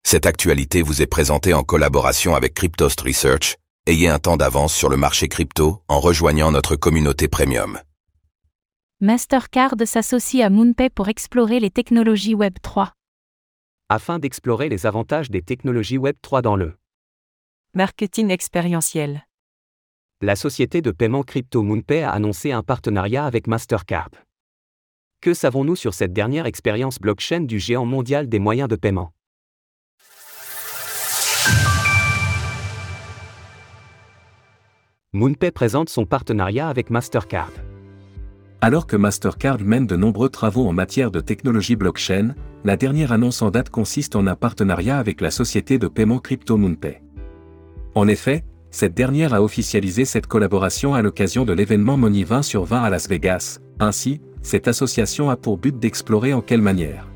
Cette actualité vous est présentée en collaboration avec Cryptost Research. Ayez un temps d'avance sur le marché crypto en rejoignant notre communauté premium. Mastercard s'associe à MoonPay pour explorer les technologies Web3. Afin d'explorer les avantages des technologies Web3 dans le marketing expérientiel. La société de paiement crypto MoonPay a annoncé un partenariat avec Mastercard. Que savons-nous sur cette dernière expérience blockchain du géant mondial des moyens de paiement ? MoonPay présente son partenariat avec Mastercard. Alors que Mastercard mène de nombreux travaux en matière de technologie blockchain, la dernière annonce en date consiste en un partenariat avec la société de paiement crypto MoonPay. En effet, cette dernière a officialisé cette collaboration à l'occasion de l'événement Money 20/20 à Las Vegas. Ainsi, cette association a pour but d'explorer en quelle manière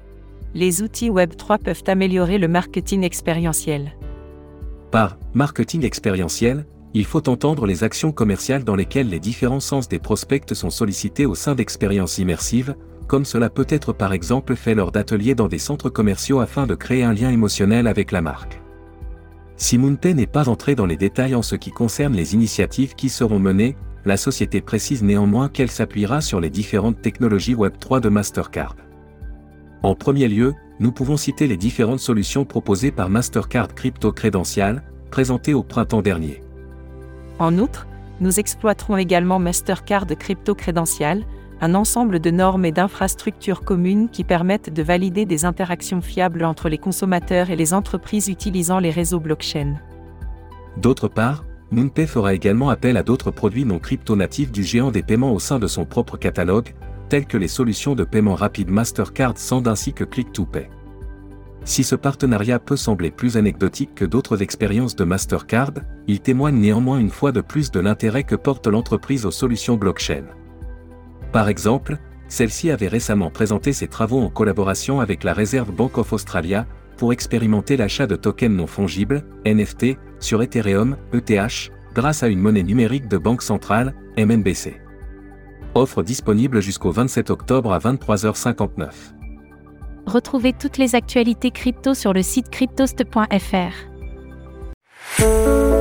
les outils Web3 peuvent améliorer le marketing expérientiel. Par marketing expérientiel, il faut entendre les actions commerciales dans lesquelles les différents sens des prospects sont sollicités au sein d'expériences immersives, comme cela peut être par exemple fait lors d'ateliers dans des centres commerciaux afin de créer un lien émotionnel avec la marque. Si MoonPay n'est pas entré dans les détails en ce qui concerne les initiatives qui seront menées, la société précise néanmoins qu'elle s'appuiera sur les différentes technologies Web3 de Mastercard. En premier lieu, nous pouvons citer les différentes solutions proposées par Mastercard Crypto Credential, présentées au printemps dernier. En outre, nous exploiterons également Mastercard Crypto Credential, un ensemble de normes et d'infrastructures communes qui permettent de valider des interactions fiables entre les consommateurs et les entreprises utilisant les réseaux blockchain. D'autre part, MoonPay fera également appel à d'autres produits non crypto-natifs du géant des paiements au sein de son propre catalogue, tels que les solutions de paiement rapide Mastercard Send ainsi que Click2Pay. Si ce partenariat peut sembler plus anecdotique que d'autres expériences de Mastercard, il témoigne néanmoins une fois de plus de l'intérêt que porte l'entreprise aux solutions blockchain. Par exemple, celle-ci avait récemment présenté ses travaux en collaboration avec la Reserve Bank of Australia pour expérimenter l'achat de tokens non fongibles, NFT, sur Ethereum, ETH, grâce à une monnaie numérique de banque centrale, MNBC. Offre disponible jusqu'au 27 octobre à 23h59. Retrouvez toutes les actualités crypto sur le site cryptost.fr.